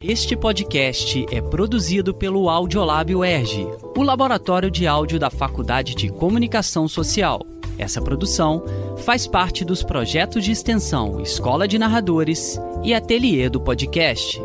Este podcast é produzido pelo Audiolab UERJ, o laboratório de áudio da Faculdade de Comunicação Social. Essa produção faz parte dos projetos de extensão Escola de Narradores e Ateliê do Podcast.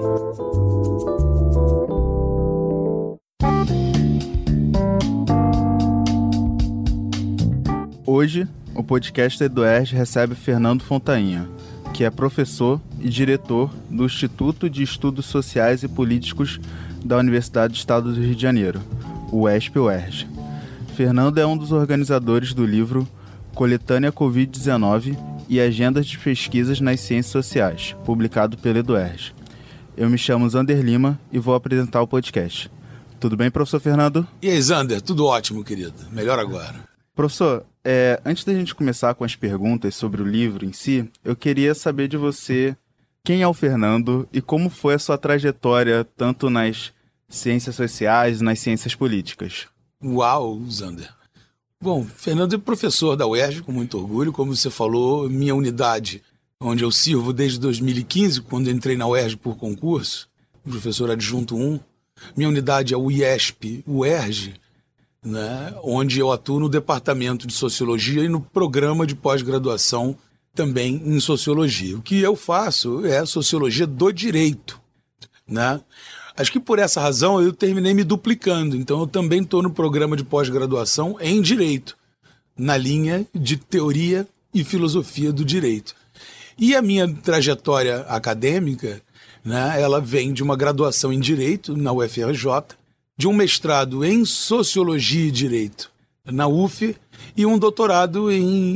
Hoje, o podcast do UERJ recebe Fernando Fontainha, que é professor e diretor do Instituto de Estudos Sociais e Políticos da Universidade do Estado do Rio de Janeiro, o UESP-UERJ. Fernando é um dos organizadores do livro Coletânea Covid-19 e Agendas de Pesquisas nas Ciências Sociais, publicado pela EduERJ. Eu me chamo Zander Lima e vou apresentar o podcast. Tudo bem, professor Fernando? E aí, Zander? Tudo ótimo, querido. Melhor agora. Professor, antes da gente começar com as perguntas sobre o livro em si, eu queria saber de você quem é o Fernando e como foi a sua trajetória tanto nas ciências sociais e nas ciências políticas. Uau, Zander. Bom, Fernando é professor da UERJ, com muito orgulho, como você falou, minha unidade, onde eu sirvo desde 2015, quando entrei na UERJ por concurso, professor adjunto 1. Minha unidade é o IESP-UERJ, né, onde eu atuo no Departamento de Sociologia e no Programa de Pós-Graduação também em Sociologia. O que eu faço é Sociologia do Direito, né? Acho que por essa razão eu terminei me duplicando, então eu também estou no Programa de Pós-Graduação em Direito, na linha de Teoria e Filosofia do Direito. E a minha trajetória acadêmica, né, ela vem de uma graduação em Direito na UFRJ, de um mestrado em Sociologia e Direito na UF e um doutorado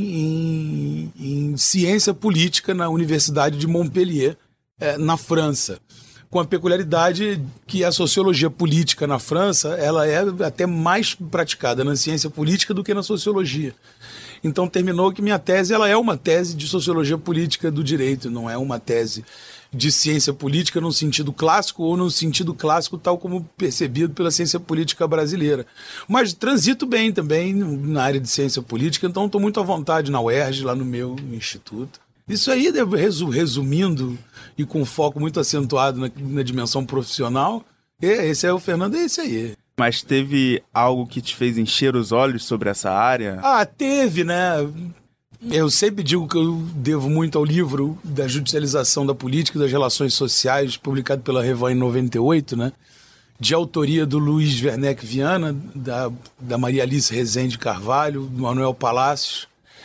em Ciência Política na Universidade de Montpellier, na França. Com a peculiaridade que a sociologia política na França ela é até mais praticada na ciência política do que na sociologia. Então terminou que minha tese ela é uma tese de sociologia política do direito, não é uma tese de ciência política no sentido clássico ou no sentido clássico tal como percebido pela ciência política brasileira. Mas transito bem também na área de ciência política, então estou muito à vontade na UERJ, lá no meu instituto. Isso aí, resumindo e com foco muito acentuado na dimensão profissional, esse é o Fernando, é esse aí. Mas teve algo que te fez encher os olhos sobre essa área? Teve, né? Eu sempre digo que eu devo muito ao livro da judicialização da política e das relações sociais, publicado pela Revan em 98, né? De autoria do Luiz Werneck Viana, da Maria Alice Rezende Carvalho, do Manuel Palácios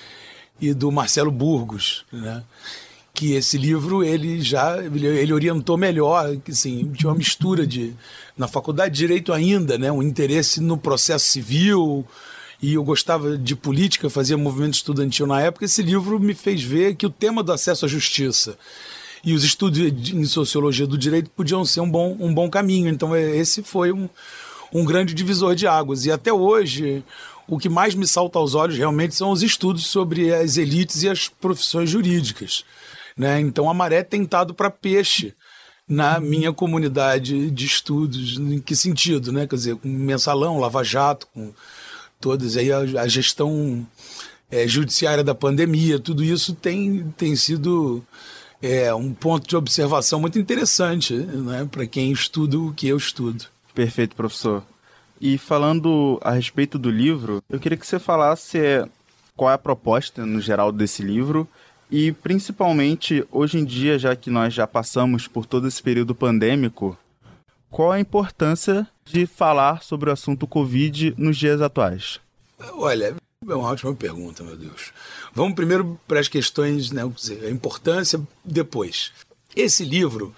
e do Marcelo Burgos, né? Que esse livro ele orientou melhor, que assim, tinha uma mistura na faculdade de Direito ainda, né? Um interesse no processo civil. E eu gostava de política, fazia movimento estudantil na época. Esse livro me fez ver que o tema do acesso à justiça e os estudos em sociologia do direito podiam ser um bom caminho. Então esse foi um grande divisor de águas. E até hoje, o que mais me salta aos olhos realmente são os estudos sobre as elites e as profissões jurídicas, né? Então a maré tem estado para peixe na minha comunidade de estudos. Em que sentido, né? Quer dizer, com Mensalão, Lava Jato, com todas aí a gestão judiciária da pandemia, tudo isso tem sido um ponto de observação muito interessante, né, para quem estuda o que eu estudo. Perfeito, professor. E falando a respeito do livro, eu queria que você falasse qual é a proposta no geral desse livro e principalmente hoje em dia, já que nós já passamos por todo esse período pandêmico, qual a importância de falar sobre o assunto Covid nos dias atuais? Olha, é uma ótima pergunta, meu Deus. Vamos primeiro para as questões, né, a importância depois. Esse livro,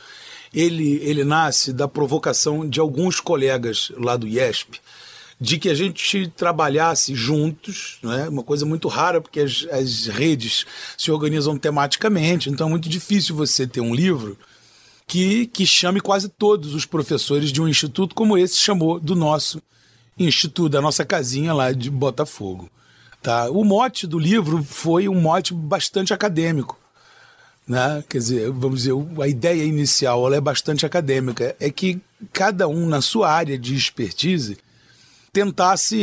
ele nasce da provocação de alguns colegas lá do IESP, de que a gente trabalhasse juntos, né, uma coisa muito rara, porque as redes se organizam tematicamente, então é muito difícil você ter um livro que chame quase todos os professores de um instituto, como esse chamou do nosso instituto, da nossa casinha lá de Botafogo. Tá? O mote do livro foi um mote bastante acadêmico, né? Quer dizer, vamos dizer, a ideia inicial ela é bastante acadêmica, é que cada um na sua área de expertise tentasse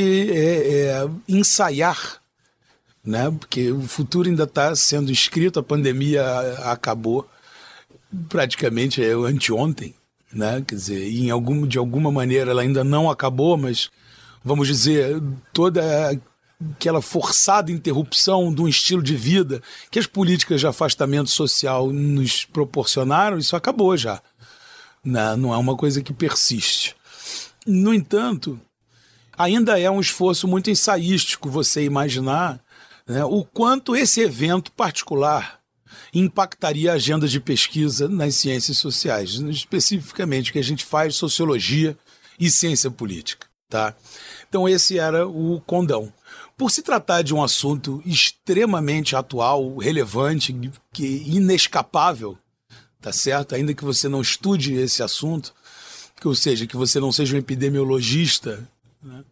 ensaiar, né? Porque o futuro ainda está sendo escrito, a pandemia acabou praticamente anteontem, né? Quer dizer, de alguma maneira ela ainda não acabou, mas, vamos dizer, toda aquela forçada interrupção de um estilo de vida que as políticas de afastamento social nos proporcionaram, isso acabou já. Não é uma coisa que persiste. No entanto, ainda é um esforço muito ensaístico você imaginar, né, o quanto esse evento particular impactaria a agenda de pesquisa nas ciências sociais, especificamente o que a gente faz, sociologia e ciência política. Tá? Então esse era o condão. Por se tratar de um assunto extremamente atual, relevante, inescapável, tá certo? Ainda que você não estude esse assunto, ou seja, que você não seja um epidemiologista, né?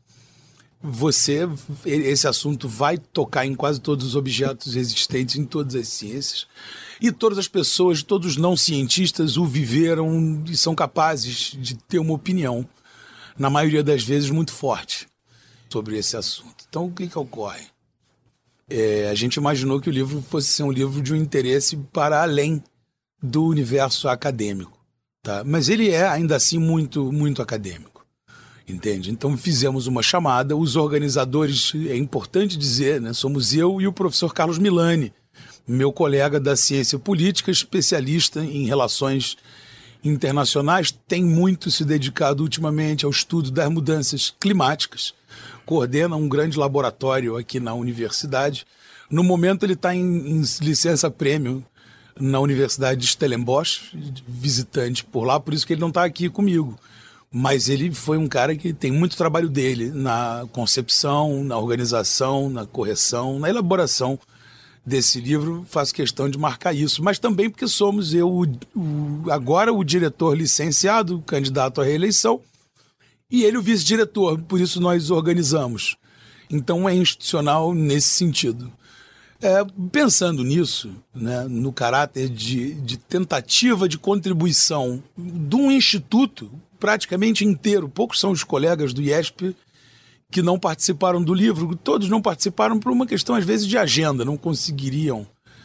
Esse assunto vai tocar em quase todos os objetos existentes em todas as ciências, e todas as pessoas, todos os não cientistas o viveram e são capazes de ter uma opinião, na maioria das vezes muito forte, sobre esse assunto. Então, o que ocorre? A gente imaginou que o livro fosse ser um livro de um interesse para além do universo acadêmico, tá? Mas ele é, ainda assim, muito, muito acadêmico. Entende? Então fizemos uma chamada, os organizadores, é importante dizer, né, somos eu e o professor Carlos Milani, meu colega da ciência política, especialista em relações internacionais, tem muito se dedicado ultimamente ao estudo das mudanças climáticas, coordena um grande laboratório aqui na universidade. No momento ele está em licença-prêmio na Universidade de Stellenbosch, visitante por lá, por isso que ele não está aqui comigo. Mas ele foi um cara que tem muito trabalho dele na concepção, na organização, na correção, na elaboração desse livro. Faço questão de marcar isso, mas também porque somos agora o diretor licenciado, candidato à reeleição, e ele o vice-diretor, por isso nós organizamos. Então é institucional nesse sentido. Pensando nisso, né, no caráter de tentativa de contribuição de um instituto praticamente inteiro, poucos são os colegas do IESP que não participaram do livro, todos não participaram por uma questão, às vezes, de agenda, não conseguiriam,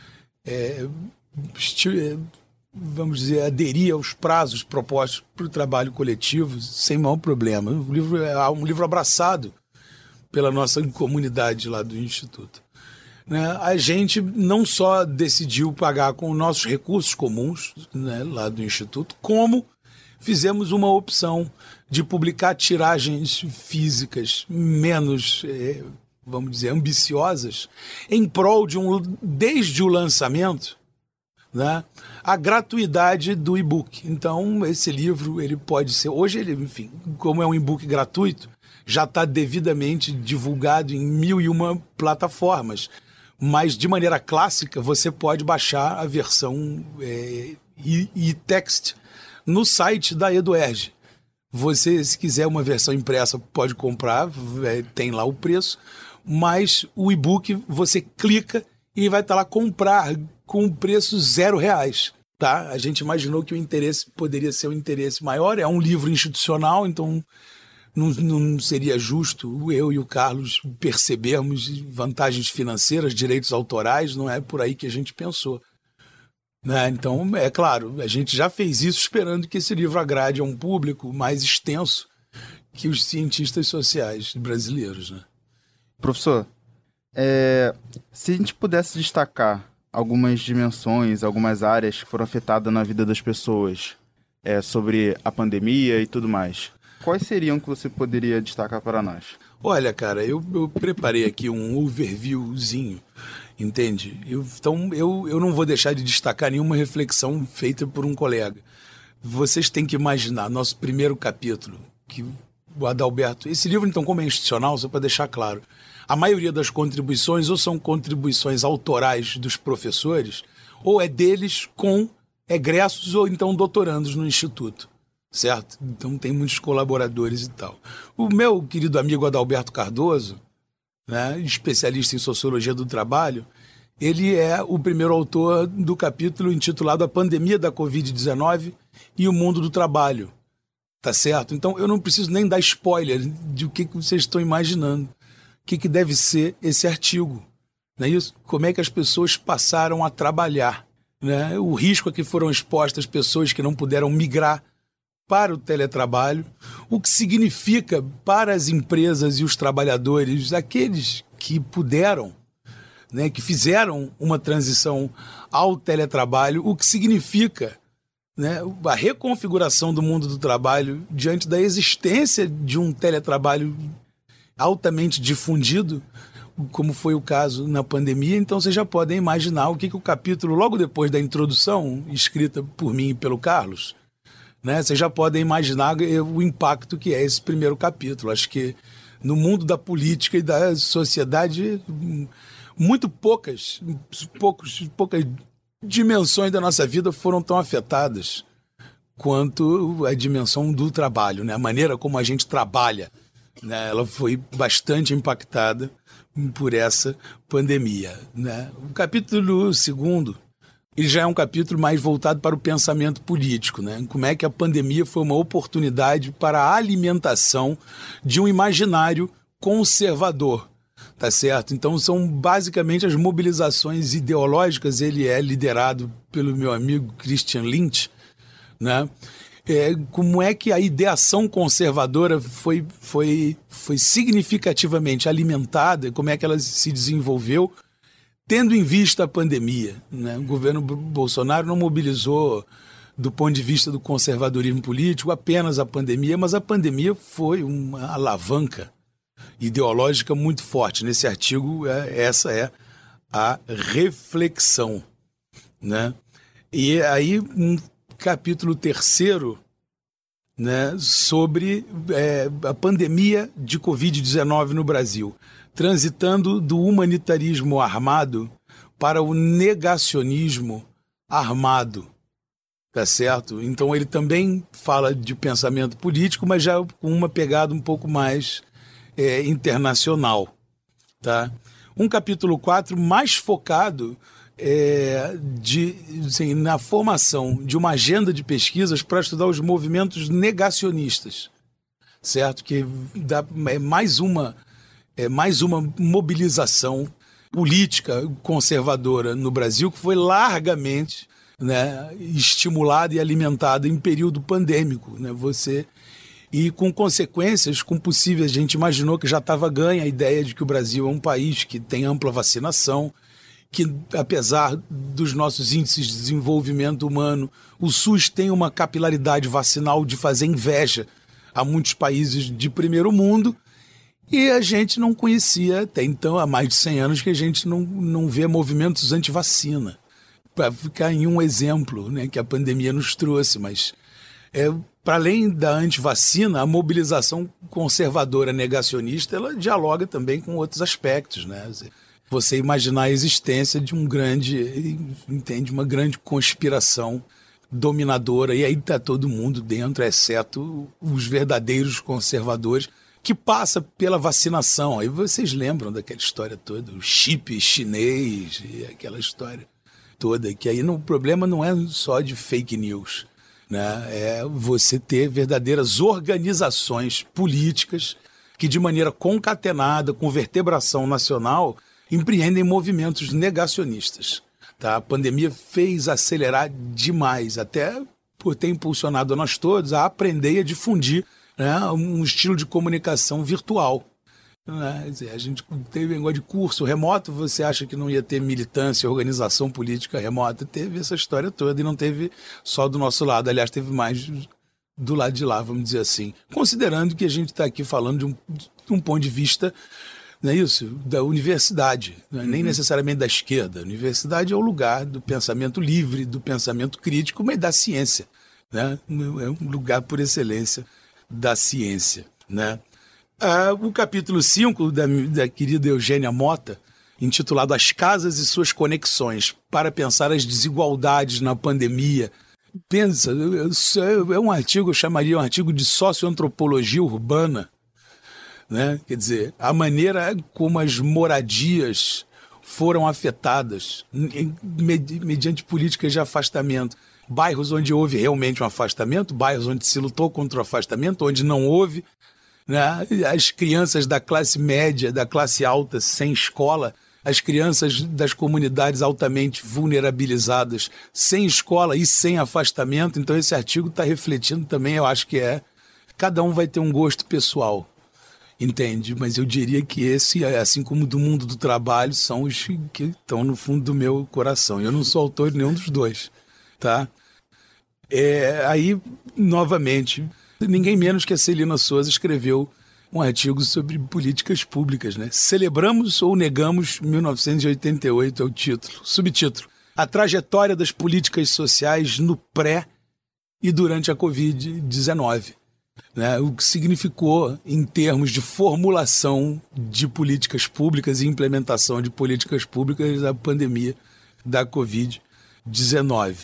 vamos dizer, aderir aos prazos propostos para o trabalho coletivo sem maior problema. O livro é um livro abraçado pela nossa comunidade lá do Instituto. Né? A gente não só decidiu pagar com nossos recursos comuns, né, lá do Instituto, como fizemos uma opção de publicar tiragens físicas menos, vamos dizer, ambiciosas, em prol de desde o lançamento, né, a gratuidade do e-book. Então, esse livro, ele pode ser... Hoje, enfim, como é um e-book gratuito, já está devidamente divulgado em 1001 plataformas. Mas, de maneira clássica, você pode baixar a versão e-text no site da EduErj. Você, se quiser uma versão impressa, pode comprar, tem lá o preço, mas o e-book você clica e vai estar lá comprar com preço R$0, tá? A gente imaginou que o interesse poderia ser um interesse maior, é um livro institucional, então não seria justo eu e o Carlos percebermos vantagens financeiras, direitos autorais, não é por aí que a gente pensou. Né? Então, é claro, a gente já fez isso esperando que esse livro agrade a um público mais extenso que os cientistas sociais brasileiros. Né? Professor, se a gente pudesse destacar algumas dimensões, algumas áreas que foram afetadas na vida das pessoas sobre a pandemia e tudo mais, quais seriam que você poderia destacar para nós? Olha, cara, eu preparei aqui um overviewzinho, entende? Então, eu não vou deixar de destacar nenhuma reflexão feita por um colega. Vocês têm que imaginar, nosso primeiro capítulo, que o Adalberto... Esse livro, então, como é institucional, só para deixar claro, a maioria das contribuições ou são contribuições autorais dos professores, ou é deles com egressos ou então doutorandos no Instituto. Certo? Então tem muitos colaboradores e tal. O meu querido amigo Adalberto Cardoso, né, especialista em sociologia do trabalho, ele é o primeiro autor do capítulo intitulado A Pandemia da Covid-19 e o Mundo do Trabalho. Tá certo? Então eu não preciso nem dar spoiler de o que vocês estão imaginando. O que deve ser esse artigo. Não é isso? Como é que as pessoas passaram a trabalhar. Né? O risco a que foram expostas pessoas que não puderam migrar para o teletrabalho, o que significa para as empresas e os trabalhadores, aqueles que puderam, né, que fizeram uma transição ao teletrabalho, o que significa, né, a reconfiguração do mundo do trabalho diante da existência de um teletrabalho altamente difundido, como foi o caso na pandemia. Então vocês já podem imaginar o que o capítulo, logo depois da introdução, escrita por mim e pelo Carlos, né, vocês já podem imaginar o impacto que é esse primeiro capítulo. Acho que no mundo da política e da sociedade, muito poucas dimensões da nossa vida foram tão afetadas quanto a dimensão do trabalho, né? A maneira como a gente trabalha, né? Ela foi bastante impactada por essa pandemia, né? O capítulo 2, ele já é um capítulo mais voltado para o pensamento político, né? Como é que a pandemia foi uma oportunidade para a alimentação de um imaginário conservador, tá certo? Então são basicamente as mobilizações ideológicas. Ele é liderado pelo meu amigo Christian Lynch, né? Como é que a ideação conservadora foi significativamente alimentada, como é que ela se desenvolveu, tendo em vista a pandemia, né? O governo Bolsonaro não mobilizou, do ponto de vista do conservadorismo político, apenas a pandemia, mas a pandemia foi uma alavanca ideológica muito forte. Nesse artigo, essa é a reflexão, né? E aí, um capítulo 3, né, sobre a pandemia de Covid-19 no Brasil, transitando do humanitarismo armado para o negacionismo armado, tá certo? Então ele também fala de pensamento político, mas já com uma pegada um pouco mais internacional, tá? Um capítulo 4 mais focado na formação de uma agenda de pesquisas para estudar os movimentos negacionistas, certo? Que é mais uma mobilização política conservadora no Brasil, que foi largamente, né, estimulada e alimentada em período pandêmico, né? E com consequências, com possíveis, a gente imaginou que já estava ganha a ideia de que o Brasil é um país que tem ampla vacinação, que apesar dos nossos índices de desenvolvimento humano, o SUS tem uma capilaridade vacinal de fazer inveja a muitos países de primeiro mundo, e a gente não conhecia até então, há mais de 100 anos, que a gente não vê movimentos anti-vacina. Para ficar em um exemplo, né, que a pandemia nos trouxe, mas para além da antivacina, a mobilização conservadora negacionista, ela dialoga também com outros aspectos, né? Você imaginar a existência de uma grande conspiração dominadora, e aí está todo mundo dentro, exceto os verdadeiros conservadores, que passa pela vacinação. Aí vocês lembram daquela história toda, o chip chinês e aquela história toda, que aí o problema não é só de fake news, né? É você ter verdadeiras organizações políticas que, de maneira concatenada, com vertebração nacional, empreendem movimentos negacionistas, tá? A pandemia fez acelerar demais, até por ter impulsionado a nós todos a aprender e a difundir, né, um estilo de comunicação virtual, né? A gente teve negócio de curso remoto. Você acha que não ia ter militância, organização política remota? Teve essa história toda, e não teve só do nosso lado. Aliás, teve mais do lado de lá, vamos dizer assim. Considerando que a gente está aqui falando de um ponto de vista, não é isso? Da universidade, não é nem necessariamente da esquerda. A universidade é o lugar do pensamento livre, do pensamento crítico, mas da ciência, né? É um lugar por excelência da ciência, né? O capítulo 5 da querida Eugênia Mota, intitulado As Casas e Suas Conexões, para pensar as desigualdades na pandemia. Pensa, é um artigo, eu chamaria um artigo de socioantropologia urbana, né? Quer dizer, a maneira como as moradias foram afetadas mediante políticas de afastamento. Bairros onde houve realmente um afastamento, bairros onde se lutou contra o afastamento, onde não houve, né? As crianças da classe média, da classe alta, sem escola, as crianças das comunidades altamente vulnerabilizadas, sem escola e sem afastamento. Então esse artigo está refletindo também, eu acho que cada um vai ter um gosto pessoal, entende? Mas eu diria que esse, assim como do mundo do trabalho, são os que estão no fundo do meu coração. Eu não sou autor de nenhum dos dois, tá? Aí, novamente, ninguém menos que a Celina Souza escreveu um artigo sobre políticas públicas, né? Celebramos ou negamos 1988 é o título. Subtítulo: A trajetória das políticas sociais no pré e durante a Covid-19. Né? O que significou em termos de formulação de políticas públicas e implementação de políticas públicas da pandemia da Covid-19.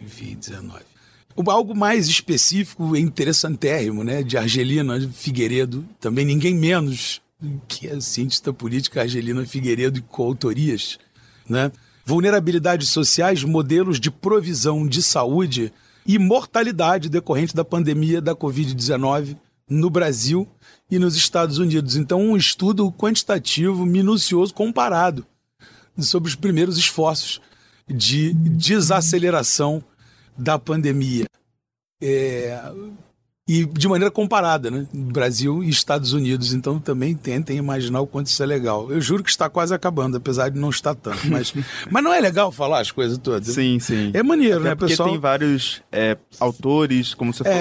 Algo mais específico e interessantérrimo, né, de Argelina Figueiredo, também ninguém menos que a cientista política Argelina Figueiredo e coautorias, né? Vulnerabilidades sociais, modelos de provisão de saúde e mortalidade decorrente da pandemia da Covid-19 no Brasil e nos Estados Unidos. Então, um estudo quantitativo, minucioso, comparado sobre os primeiros esforços de desaceleração da pandemia. E de maneira comparada, né? Brasil e Estados Unidos. Então também tentem imaginar o quanto isso é legal. Eu juro que está quase acabando, apesar de não estar tanto. Mas não é legal falar as coisas todas? Sim, sim. É maneiro, até né, porque pessoal? Tem vários autores, como você falou.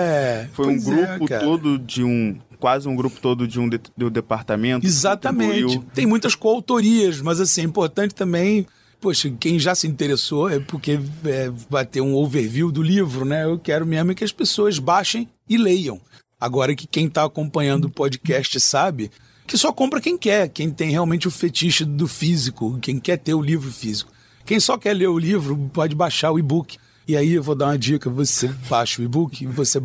Foi um grupo todo de quase um grupo todo de um departamento. Exatamente. Tem muitas coautorias, mas assim, é importante também. Poxa, quem já se interessou é porque vai ter um overview do livro, né? Eu quero mesmo que as pessoas baixem e leiam. Agora que quem está acompanhando o podcast sabe que só compra quem quer, quem tem realmente o fetiche do físico, quem quer ter o livro físico. Quem só quer ler o livro pode baixar o e-book. E aí eu vou dar uma dica, você baixa o e-book, você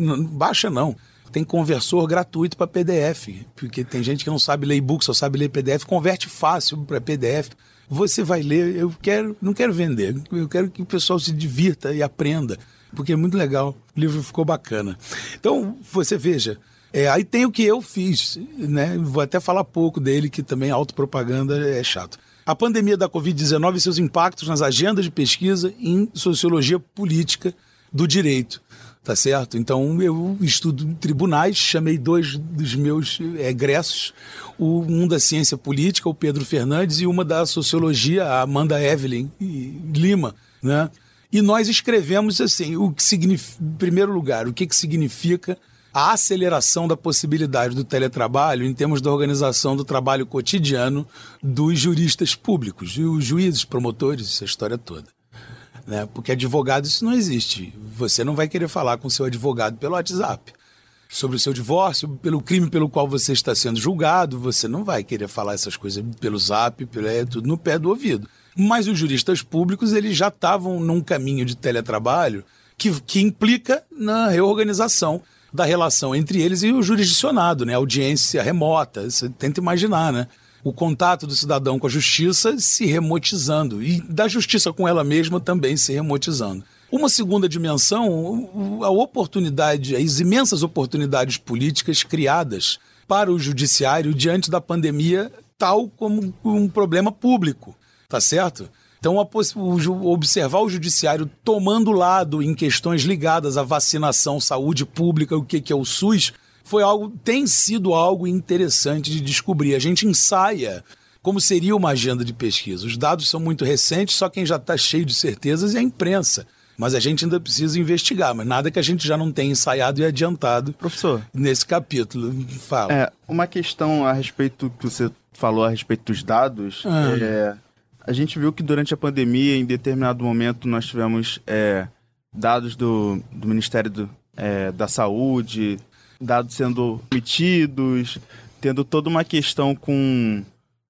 baixa não. Tem conversor gratuito para PDF, porque tem gente que não sabe ler e-book, só sabe ler PDF, converte fácil para PDF. Você vai ler, não quero vender, eu quero que o pessoal se divirta e aprenda, porque é muito legal, o livro ficou bacana. Então, você veja, aí tem o que eu fiz, né? Vou até falar pouco dele, que também autopropaganda é chato. A pandemia da Covid-19 e seus impactos nas agendas de pesquisa em sociologia política do direito. Tá certo? Então, eu estudo tribunais, chamei 2 dos meus egressos, um da ciência política, o Pedro Fernandes, e uma da sociologia, a Amanda Evelyn Lima, né? E nós escrevemos assim, em primeiro lugar, o que significa a aceleração da possibilidade do teletrabalho em termos da organização do trabalho cotidiano dos juristas públicos, os juízes, promotores, essa história toda. Né? Porque advogado isso não existe. Você não vai querer falar com seu advogado pelo WhatsApp. Sobre o seu divórcio, pelo crime pelo qual você está sendo julgado, você não vai querer falar essas coisas pelo Zap, tudo no pé do ouvido. Mas os juristas públicos eles já estavam num caminho de teletrabalho que implica na reorganização da relação entre eles e o jurisdicionado, né? A audiência remota, você tenta imaginar, né? O contato do cidadão com a justiça se remotizando e da justiça com ela mesma também se remotizando. Uma segunda dimensão, a oportunidade, as imensas oportunidades políticas criadas para o judiciário diante da pandemia, tal como um problema público, tá certo? Então, observar o judiciário tomando lado em questões ligadas à vacinação, saúde pública, o que é o SUS, tem sido algo interessante de descobrir. A gente ensaia como seria uma agenda de pesquisa. Os dados são muito recentes, só quem já está cheio de certezas é a imprensa. Mas a gente ainda precisa investigar, mas nada que a gente já não tenha ensaiado e adiantado, professor, nesse capítulo. Fala. Uma questão a respeito que você falou a respeito dos dados, a gente viu que durante a pandemia, em determinado momento, nós tivemos dados do Ministério da Saúde, dados sendo emitidos, tendo toda uma questão com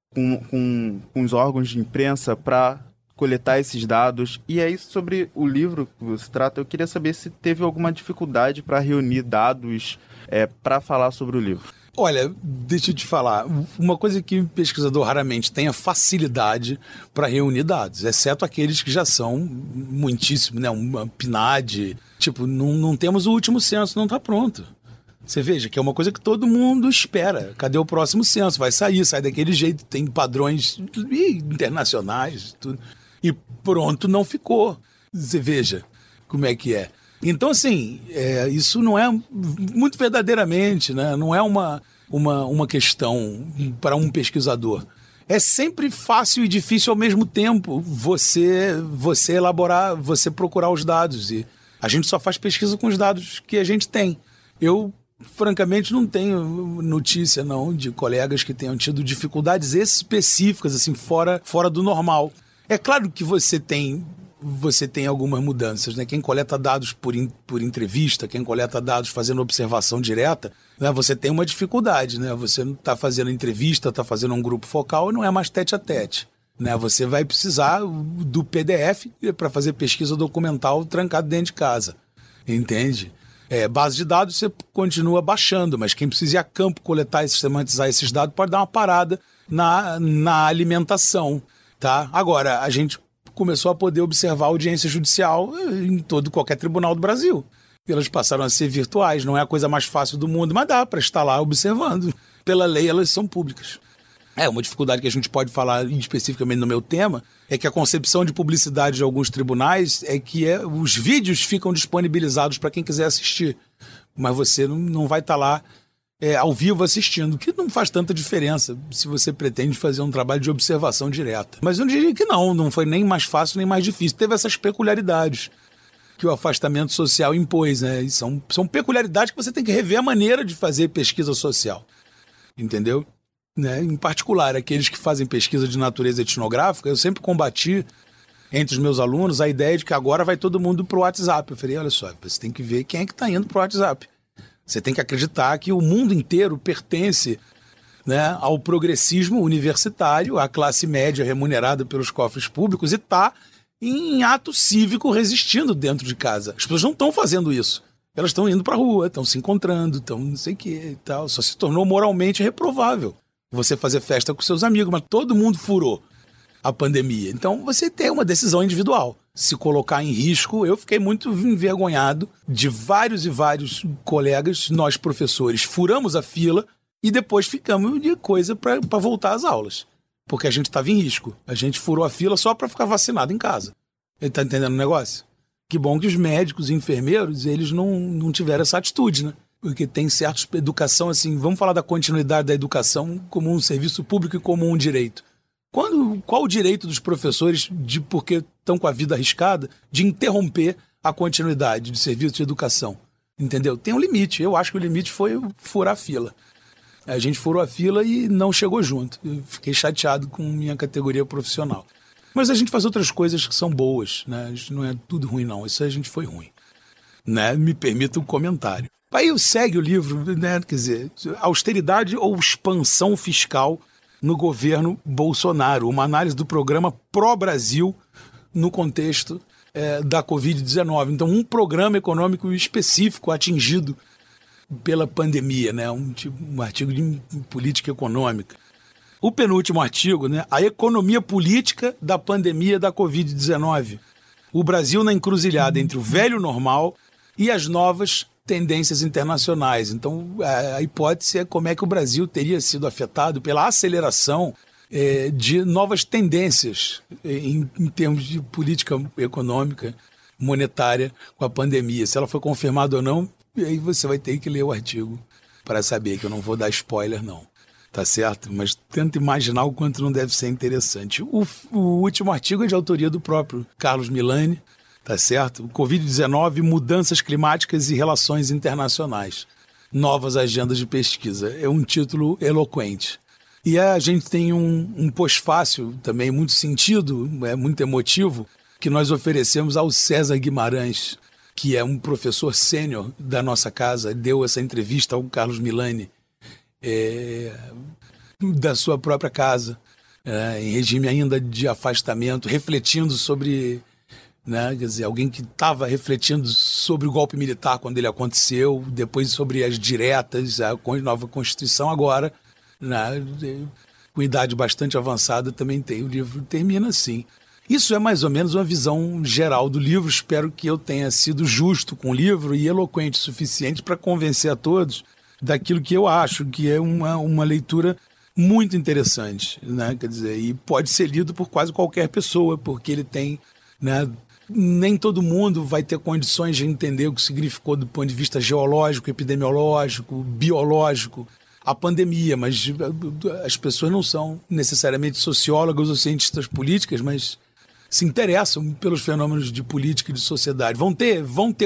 os órgãos de imprensa para coletar esses dados. E aí, sobre o livro que você trata, eu queria saber se teve alguma dificuldade para reunir dados para falar sobre o livro. Olha, deixa eu te falar, uma coisa que o pesquisador raramente tem é facilidade para reunir dados, exceto aqueles que já são muitíssimo, né, uma PNAD, tipo, não temos o último censo, não está pronto. Você veja que é uma coisa que todo mundo espera. Cadê o próximo censo? Vai sair, sai daquele jeito, tem padrões internacionais, tudo. E pronto, não ficou. Você veja como é que é. Então, assim, isso não é muito verdadeiramente, né? Não é uma questão para um pesquisador. É sempre fácil e difícil ao mesmo tempo você elaborar, você procurar os dados. E a gente só faz pesquisa com os dados que a gente tem. Eu, francamente, não tenho notícia, não, de colegas que tenham tido dificuldades específicas, assim, fora do normal. É claro que você tem algumas mudanças, né? Quem coleta dados por entrevista, quem coleta dados fazendo observação direta, né? Você tem uma dificuldade, né? Você não está fazendo entrevista, está fazendo um grupo focal, não é mais tete a tete, né? Você vai precisar do PDF para fazer pesquisa documental trancado dentro de casa, entende? Base de dados você continua baixando, mas quem precisa ir a campo coletar e sistematizar esses dados pode dar uma parada na alimentação, tá? Agora, a gente começou a poder observar a audiência judicial em qualquer tribunal do Brasil. Elas passaram a ser virtuais, não é a coisa mais fácil do mundo, mas dá para estar lá observando. Pela lei, elas são públicas. Uma dificuldade que a gente pode falar especificamente no meu tema é que a concepção de publicidade de alguns tribunais é que os vídeos ficam disponibilizados para quem quiser assistir, mas você não vai estar lá ao vivo assistindo, que não faz tanta diferença se você pretende fazer um trabalho de observação direta. Mas eu diria que não foi nem mais fácil nem mais difícil. Teve essas peculiaridades que o afastamento social impôs, né? E são peculiaridades que você tem que rever a maneira de fazer pesquisa social, entendeu? Né? Em particular, aqueles que fazem pesquisa de natureza etnográfica, eu sempre combati entre os meus alunos a ideia de que agora vai todo mundo para o WhatsApp. Eu falei, olha só, você tem que ver quem é que está indo para o WhatsApp. Você tem que acreditar que o mundo inteiro pertence, né, ao progressismo universitário, à classe média remunerada pelos cofres públicos e está em ato cívico resistindo dentro de casa. As pessoas não estão fazendo isso. Elas estão indo para a rua, estão se encontrando, estão não sei o que e tal. Só se tornou moralmente reprovável você fazer festa com seus amigos, mas todo mundo furou a pandemia. Então você tem uma decisão individual. Se colocar em risco, eu fiquei muito envergonhado de vários e vários colegas, nós professores, furamos a fila e depois ficamos de coisa para voltar às aulas. Porque a gente estava em risco. A gente furou a fila só para ficar vacinado em casa. Ele está entendendo o negócio? Que bom que os médicos e enfermeiros, eles não tiveram essa atitude, né? Porque tem certos educação, assim, vamos falar da continuidade da educação como um serviço público e como um direito. Qual o direito dos professores, porque estão com a vida arriscada, de interromper a continuidade de serviço de educação? Entendeu? Tem um limite. Eu acho que o limite foi furar a fila. A gente furou a fila e não chegou junto. Eu fiquei chateado com minha categoria profissional. Mas a gente faz outras coisas que são boas, né? Não é tudo ruim, não. Isso a gente foi ruim, né? Me permita um comentário. Aí segue o livro, né? Quer dizer, austeridade ou expansão fiscal no governo Bolsonaro, uma análise do programa Pró-Brasil no contexto da Covid-19. Então, um programa econômico específico atingido pela pandemia, né? Um artigo de política econômica. O penúltimo artigo, né? A economia política da pandemia da Covid-19. O Brasil na encruzilhada entre o velho normal e as novas tendências internacionais. Então, a hipótese é como é que o Brasil teria sido afetado pela aceleração de novas tendências em termos de política econômica, monetária com a pandemia. Se ela foi confirmada ou não, aí você vai ter que ler o artigo para saber, que eu não vou dar spoiler, não. Tá certo? Mas tenta imaginar o quanto não deve ser interessante. O último artigo é de autoria do próprio Carlos Milani, tá certo? Covid-19, mudanças climáticas e relações internacionais. Novas agendas de pesquisa. É um título eloquente. E a gente tem um pós-fácil também muito sentido, muito emotivo, que nós oferecemos ao César Guimarães, que é um professor sênior da nossa casa, deu essa entrevista ao Carlos Milani, da sua própria casa, em regime ainda de afastamento, refletindo sobre, né, quer dizer, alguém que estava refletindo sobre o golpe militar quando ele aconteceu, depois sobre as diretas, a nova Constituição, agora, né, com idade bastante avançada, também tem. O livro termina assim. Isso é mais ou menos uma visão geral do livro. Espero que eu tenha sido justo com o livro e eloquente o suficiente para convencer a todos daquilo que eu acho que é uma leitura muito interessante, né? Quer dizer, e pode ser lido por quase qualquer pessoa, porque ele tem, né? Nem todo mundo vai ter condições de entender o que significou do ponto de vista geológico, epidemiológico, biológico, a pandemia, mas as pessoas não são necessariamente sociólogas ou cientistas políticas, mas se interessam pelos fenômenos de política e de sociedade. Vão ter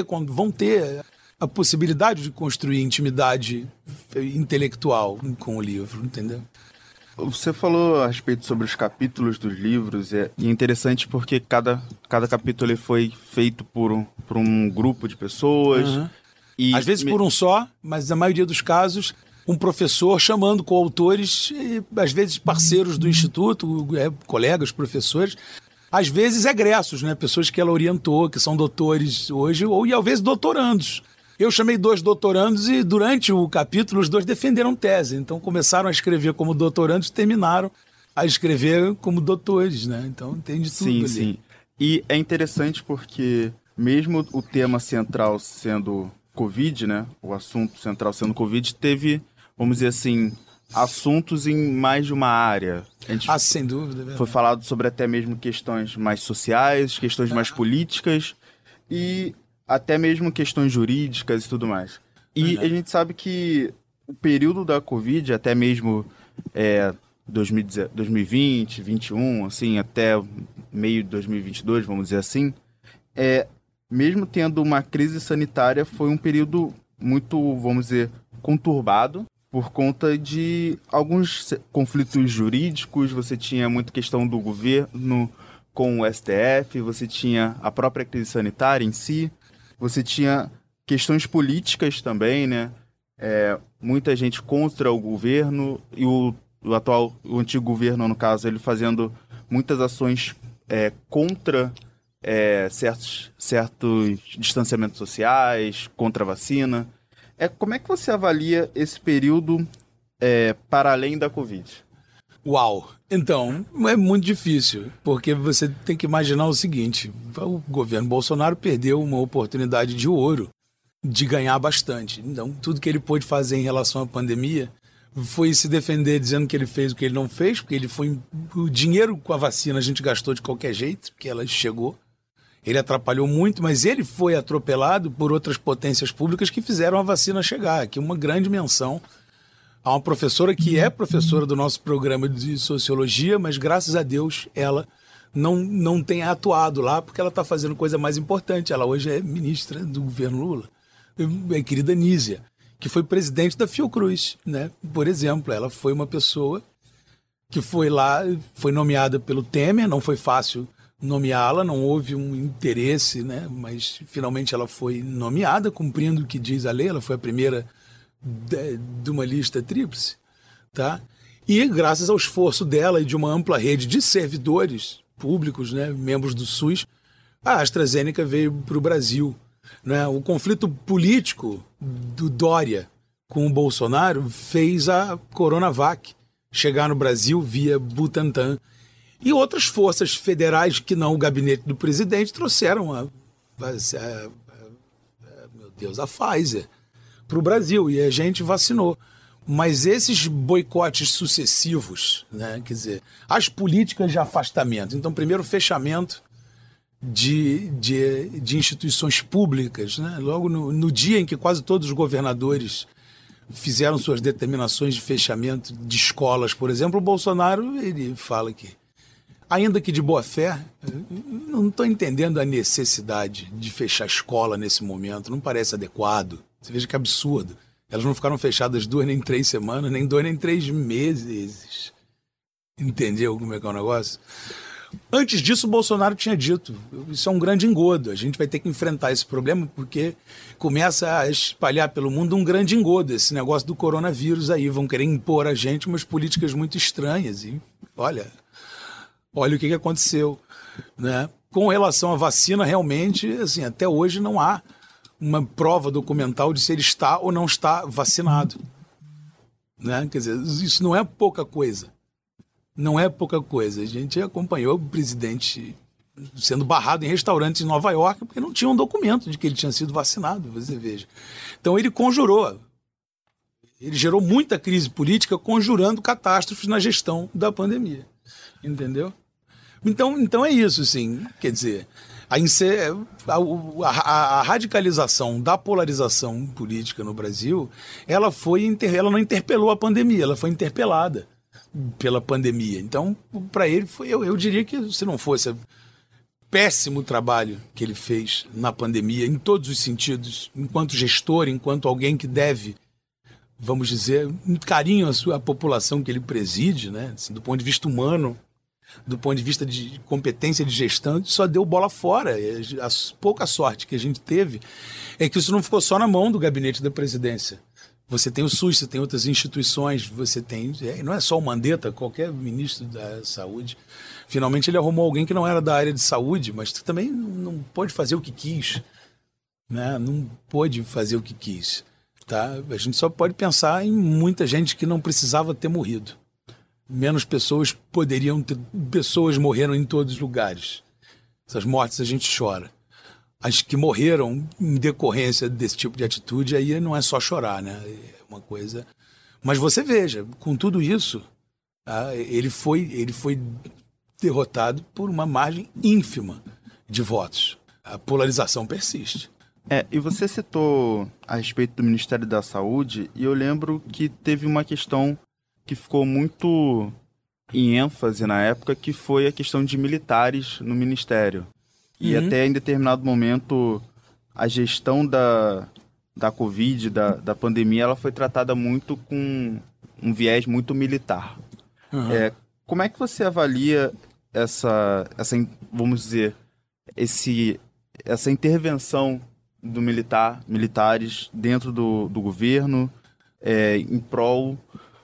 a possibilidade de construir intimidade intelectual com o livro, entendeu? Você falou a respeito sobre os capítulos dos livros, e é interessante porque cada capítulo ele foi feito por um grupo de pessoas. Uhum. Às vezes por um só, mas na maioria dos casos, um professor chamando coautores, às vezes parceiros do Instituto, colegas, professores, às vezes egressos, né? Pessoas que ela orientou, que são doutores hoje, e às vezes doutorandos. Eu chamei 2 doutorandos e durante o capítulo os 2 defenderam tese. Então começaram a escrever como doutorandos e terminaram a escrever como doutores, né? Então tem de tudo ali. Sim. E é interessante porque mesmo o tema central sendo Covid, né? O assunto central sendo Covid, teve, vamos dizer assim, assuntos em mais de uma área. Sem dúvida. Foi falado sobre até mesmo questões mais sociais, questões mais políticas e até mesmo questões jurídicas e tudo mais. E a gente sabe que o período da Covid, até mesmo 2020, 2021, assim, até meio de 2022, vamos dizer assim, mesmo tendo uma crise sanitária, foi um período muito, vamos dizer, conturbado por conta de alguns conflitos jurídicos. Você tinha muita questão do governo com o STF, você tinha a própria crise sanitária em si, você tinha questões políticas também, né? Muita gente contra o governo e o antigo governo, no caso, ele fazendo muitas ações contra certos distanciamentos sociais, contra a vacina. Como é que você avalia esse período para além da Covid? Uau! Então, é muito difícil, porque você tem que imaginar o seguinte: o governo Bolsonaro perdeu uma oportunidade de ouro de ganhar bastante. Então, tudo que ele pôde fazer em relação à pandemia foi se defender dizendo que ele fez o que ele não fez, porque o dinheiro com a vacina a gente gastou de qualquer jeito, porque ela chegou. Ele atrapalhou muito, mas ele foi atropelado por outras potências públicas que fizeram a vacina chegar. Aqui uma grande menção a uma professora que é professora do nosso programa de sociologia, mas graças a Deus ela não tem atuado lá, porque ela está fazendo coisa mais importante. Ela hoje é ministra do governo Lula. A querida Nízia, que foi presidente da Fiocruz, né? Por exemplo, ela foi uma pessoa que foi lá, foi nomeada pelo Temer, não foi fácil nomeá-la, não houve um interesse, né? Mas finalmente ela foi nomeada, cumprindo o que diz a lei. Ela foi a primeira de uma lista tríplice, tá? E graças ao esforço dela e de uma ampla rede de servidores públicos, né, membros do SUS, a AstraZeneca veio para o Brasil, né? O conflito político do Dória com o Bolsonaro fez a Coronavac chegar no Brasil via Butantan. E outras forças federais que não o gabinete do presidente trouxeram a Pfizer para o Brasil, e a gente vacinou. Mas esses boicotes sucessivos, né, quer dizer, as políticas de afastamento. Então, primeiro, o fechamento de instituições públicas, né? Logo no dia em que quase todos os governadores fizeram suas determinações de fechamento de escolas, por exemplo, o Bolsonaro ele fala que, ainda que de boa fé, não estou entendendo a necessidade de fechar a escola nesse momento, não parece adequado. Você veja que absurdo. Elas não ficaram fechadas 2 nem 3 semanas, nem 2 nem 3 meses. Entendeu como é que é o negócio? Antes disso, o Bolsonaro tinha dito, isso é um grande engodo, a gente vai ter que enfrentar esse problema porque começa a espalhar pelo mundo um grande engodo, esse negócio do coronavírus aí, vão querer impor a gente umas políticas muito estranhas e olha o que aconteceu, né? Com relação à vacina, realmente, assim, até hoje não há uma prova documental de se ele está ou não está vacinado, né? Quer dizer, isso não é pouca coisa. Não é pouca coisa. A gente acompanhou o presidente sendo barrado em restaurantes em Nova York porque não tinha um documento de que ele tinha sido vacinado, você veja. Então ele conjurou. Ele gerou muita crise política, conjurando catástrofes na gestão da pandemia. Entendeu? Então é isso, sim. Quer dizer, a radicalização da polarização política no Brasil, ela não interpelou a pandemia, ela foi interpelada pela pandemia. Então, para ele, eu diria que se não fosse o péssimo trabalho que ele fez na pandemia, em todos os sentidos, enquanto gestor, enquanto alguém que deve, vamos dizer, um carinho à população que ele preside, né? Assim, do ponto de vista humano, do ponto de vista de competência de gestão, só deu bola fora. A pouca sorte que a gente teve é que isso não ficou só na mão do gabinete da presidência. Você tem o SUS, você tem outras instituições, você tem... não é só o Mandetta, qualquer ministro da saúde. Finalmente ele arrumou alguém que não era da área de saúde, mas também não pôde fazer o que quis. Né? Não pôde fazer o que quis. Tá? A gente só pode pensar em muita gente que não precisava ter morrido. Menos pessoas poderiam ter... Pessoas morreram em todos os lugares. Essas mortes a gente chora. As que morreram em decorrência desse tipo de atitude, aí não é só chorar, né? É uma coisa... Mas você veja, com tudo isso, ele foi derrotado por uma margem ínfima de votos. A polarização persiste. E você citou a respeito do Ministério da Saúde, e eu lembro que teve uma questão que ficou muito em ênfase na época, que foi a questão de militares no Ministério. E até em determinado momento, a gestão da Covid, da pandemia, ela foi tratada muito com um viés muito militar. Como é que você avalia vamos dizer, essa intervenção do militares dentro do governo, em prol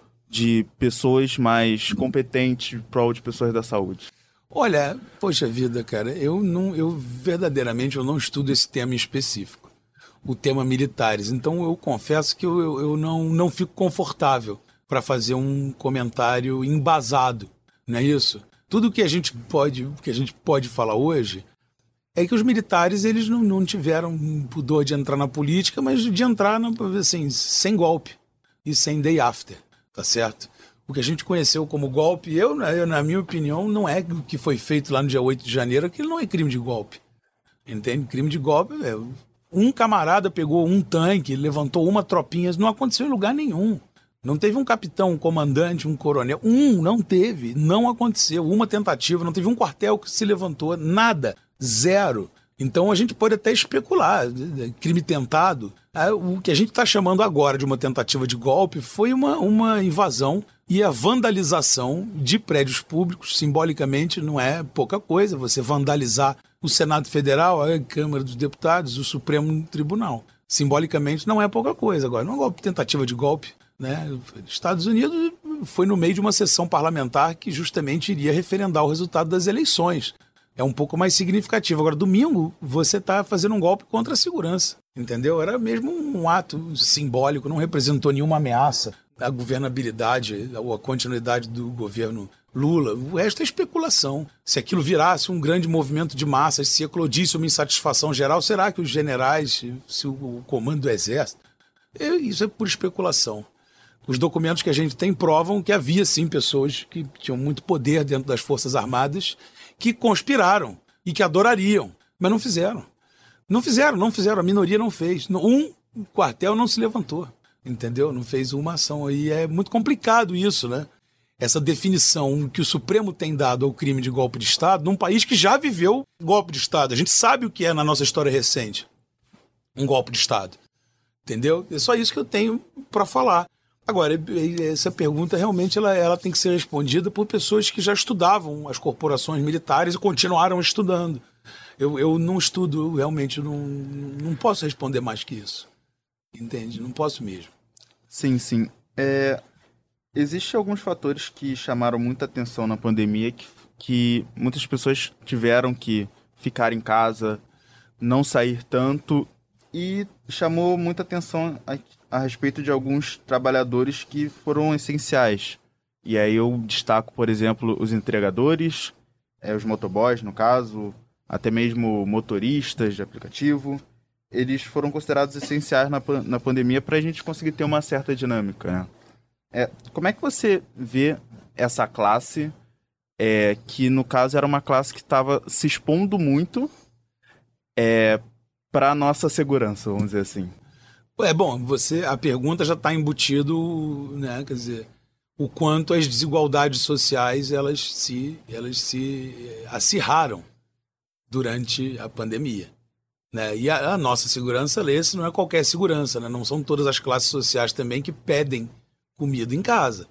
de pessoas mais competentes, em prol de pessoas da saúde? Olha, poxa vida, cara, eu verdadeiramente não estudo esse tema em específico, o tema militares. Então eu confesso que eu não fico confortável para fazer um comentário embasado, não é isso? Tudo que a gente pode falar hoje é que os militares eles não tiveram pudor de entrar na política, mas de entrar assim, sem golpe e sem day after, tá certo? O que a gente conheceu como golpe, na minha opinião, não é o que foi feito lá no dia 8 de janeiro, aquilo não é crime de golpe. Entende? Crime de golpe um camarada pegou um tanque, levantou uma tropinha, não aconteceu em lugar nenhum. Não teve um capitão, um comandante, um coronel. Não teve, não aconteceu. Uma tentativa, não teve um quartel que se levantou, nada, zero. Então a gente pode até especular, crime tentado. O que a gente está chamando agora de uma tentativa de golpe foi uma invasão e a vandalização de prédios públicos. Simbolicamente não é pouca coisa você vandalizar o Senado Federal, a Câmara dos Deputados, o Supremo Tribunal. Simbolicamente não é pouca coisa. Agora, não é uma tentativa de golpe, né? Estados Unidos foi no meio de uma sessão parlamentar que justamente iria referendar o resultado das eleições. É um pouco mais significativo. Agora, domingo, você está fazendo um golpe contra a segurança, entendeu? Era mesmo um ato simbólico, não representou nenhuma ameaça à governabilidade ou à continuidade do governo Lula. O resto é especulação. Se aquilo virasse um grande movimento de massas, se eclodisse uma insatisfação geral, será que os generais, se o comando do exército... Isso é pura especulação. Os documentos que a gente tem provam que havia, sim, pessoas que tinham muito poder dentro das Forças Armadas que conspiraram e que adorariam, mas não fizeram. Não fizeram, a minoria não fez. Um quartel não se levantou, entendeu? Não fez uma ação. E é muito complicado isso, né? Essa definição que o Supremo tem dado ao crime de golpe de Estado num país que já viveu golpe de Estado. A gente sabe o que é na nossa história recente um golpe de Estado, entendeu? É só isso que eu tenho para falar. Agora, essa pergunta realmente ela tem que ser respondida por pessoas que já estudavam as corporações militares e continuaram estudando. Eu não estudo, realmente não posso responder mais que isso. Entende? Não posso mesmo. Sim. Existem alguns fatores que chamaram muita atenção na pandemia, que muitas pessoas tiveram que ficar em casa, não sair tanto, e chamou muita atenção a respeito de alguns trabalhadores que foram essenciais. E aí eu destaco, por exemplo, os entregadores, os motoboys, no caso, até mesmo motoristas de aplicativo. eles foram considerados essenciais na pandemia para a gente conseguir ter uma certa dinâmica, né? Como é que você vê essa classe, que no caso era uma classe que estava se expondo muito para a nossa segurança, vamos dizer assim? Bom, a pergunta já está embutido, né? Quer dizer, o quanto as desigualdades sociais elas se acirraram durante a pandemia, né? E a nossa segurança, esse não é qualquer segurança, né? Não são todas as classes sociais também que pedem comida em casa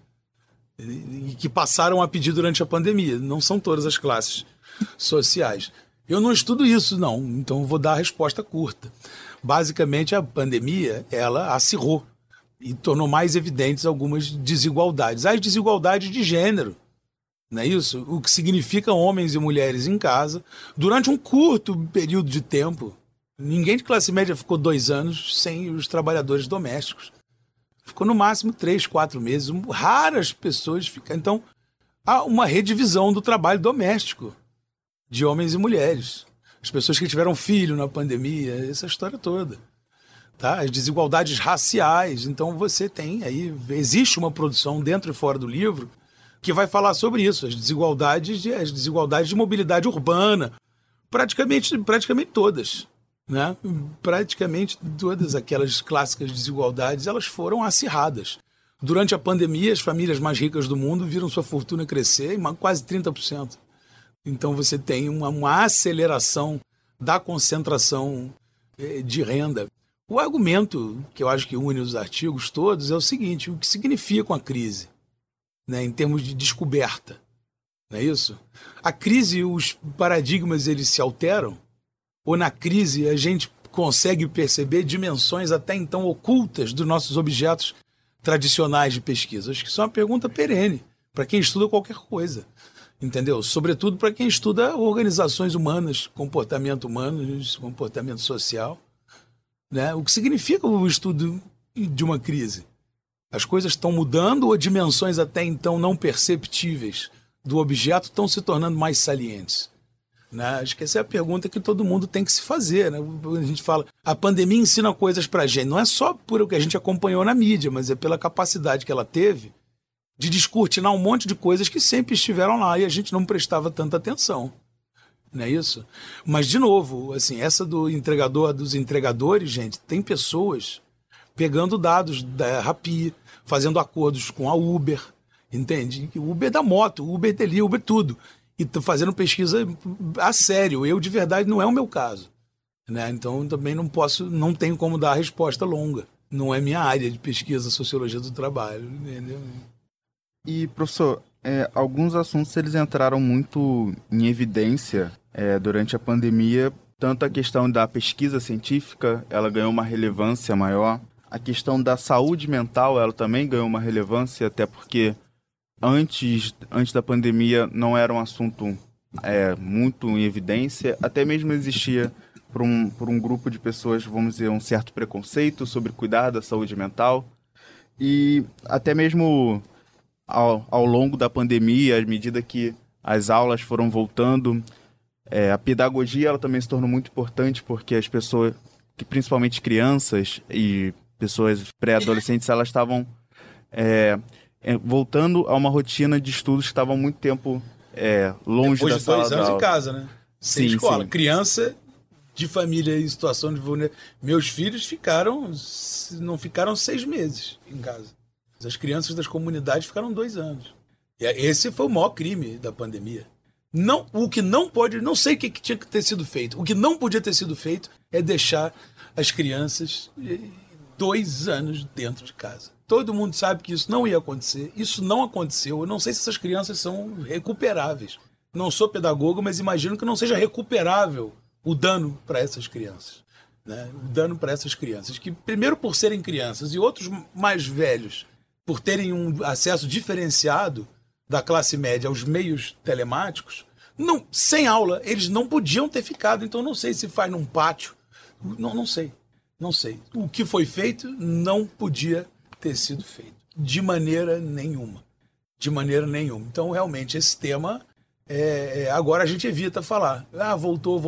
e que passaram a pedir durante a pandemia. Não são todas as classes sociais. Eu não estudo isso, não, então vou dar a resposta curta. Basicamente, a pandemia, ela acirrou e tornou mais evidentes algumas desigualdades. As desigualdades de gênero, não é isso? O que significa homens e mulheres em casa durante um curto período de tempo. Ninguém de classe média ficou 2 anos sem os trabalhadores domésticos. Ficou no máximo 3, 4 meses. Raras pessoas ficam. Então, há uma redivisão do trabalho doméstico de homens e mulheres. As pessoas que tiveram filho na pandemia, essa história toda. Tá? As desigualdades raciais. Então você tem aí, existe uma produção dentro e fora do livro que vai falar sobre isso, as desigualdades de mobilidade urbana, praticamente todas. Né? Praticamente todas aquelas clássicas desigualdades elas foram acirradas. Durante a pandemia, as famílias mais ricas do mundo viram sua fortuna crescer em quase 30%. Então você tem uma aceleração da concentração de renda. O argumento que eu acho que une os artigos todos é o seguinte: o que significa uma crise, né, em termos de descoberta, não é isso? A crise, os paradigmas eles se alteram, ou na crise a gente consegue perceber dimensões até então ocultas dos nossos objetos tradicionais de pesquisa? Acho que isso é uma pergunta perene para quem estuda qualquer coisa. Entendeu? Sobretudo para quem estuda organizações humanas, comportamento humano, comportamento social. Né? O que significa o estudo de uma crise? As coisas estão mudando ou dimensões até então não perceptíveis do objeto estão se tornando mais salientes? Né? Acho que essa é a pergunta que todo mundo tem que se fazer. Né? A gente fala, a pandemia ensina coisas para a gente. Não é só por o que a gente acompanhou na mídia, mas é pela capacidade que ela teve de descortinar um monte de coisas que sempre estiveram lá e a gente não prestava tanta atenção. Não é isso? Mas, de novo, assim, essa dos entregadores, gente, tem pessoas pegando dados da Rappi, fazendo acordos com a Uber, entende? Uber da moto, Uber deli, Uber tudo. E fazendo pesquisa a sério. Eu, de verdade, não é o meu caso. Né? Então, também não tenho como dar a resposta longa. Não é minha área de pesquisa, sociologia do trabalho, entendeu? E, professor, alguns assuntos eles entraram muito em evidência durante a pandemia, tanto a questão da pesquisa científica, ela ganhou uma relevância maior, a questão da saúde mental, ela também ganhou uma relevância, até porque antes da pandemia não era um assunto muito em evidência, até mesmo existia por um grupo de pessoas, vamos dizer, um certo preconceito sobre cuidar da saúde mental, e até mesmo ao longo da pandemia, à medida que as aulas foram voltando, a pedagogia ela também se tornou muito importante, porque as pessoas, principalmente crianças e pessoas pré-adolescentes, elas estavam voltando a uma rotina de estudos que estavam muito tempo longe da sala de aula. Depois de 2 anos em casa, né? Sem escola. Sim. Criança de família em situação de vulnerabilidade. Meus filhos não ficaram 6 meses em casa. As crianças das comunidades ficaram 2 anos. E esse foi o maior crime da pandemia. O que não pode, não sei o que tinha que ter sido feito. O que não podia ter sido feito é deixar as crianças 2 anos dentro de casa. Todo mundo sabe que isso não ia acontecer. Isso não aconteceu. Eu não sei se essas crianças são recuperáveis. Não sou pedagogo, mas imagino que não seja recuperável o dano para essas crianças. Né? O dano para essas crianças. Que, primeiro, por serem crianças, e outros mais velhos, por terem um acesso diferenciado da classe média aos meios telemáticos, sem aula, eles não podiam ter ficado. Então, não sei se faz num pátio. Não sei. O que foi feito não podia ter sido feito. De maneira nenhuma. Então, realmente, esse tema Agora a gente evita falar. Voltou.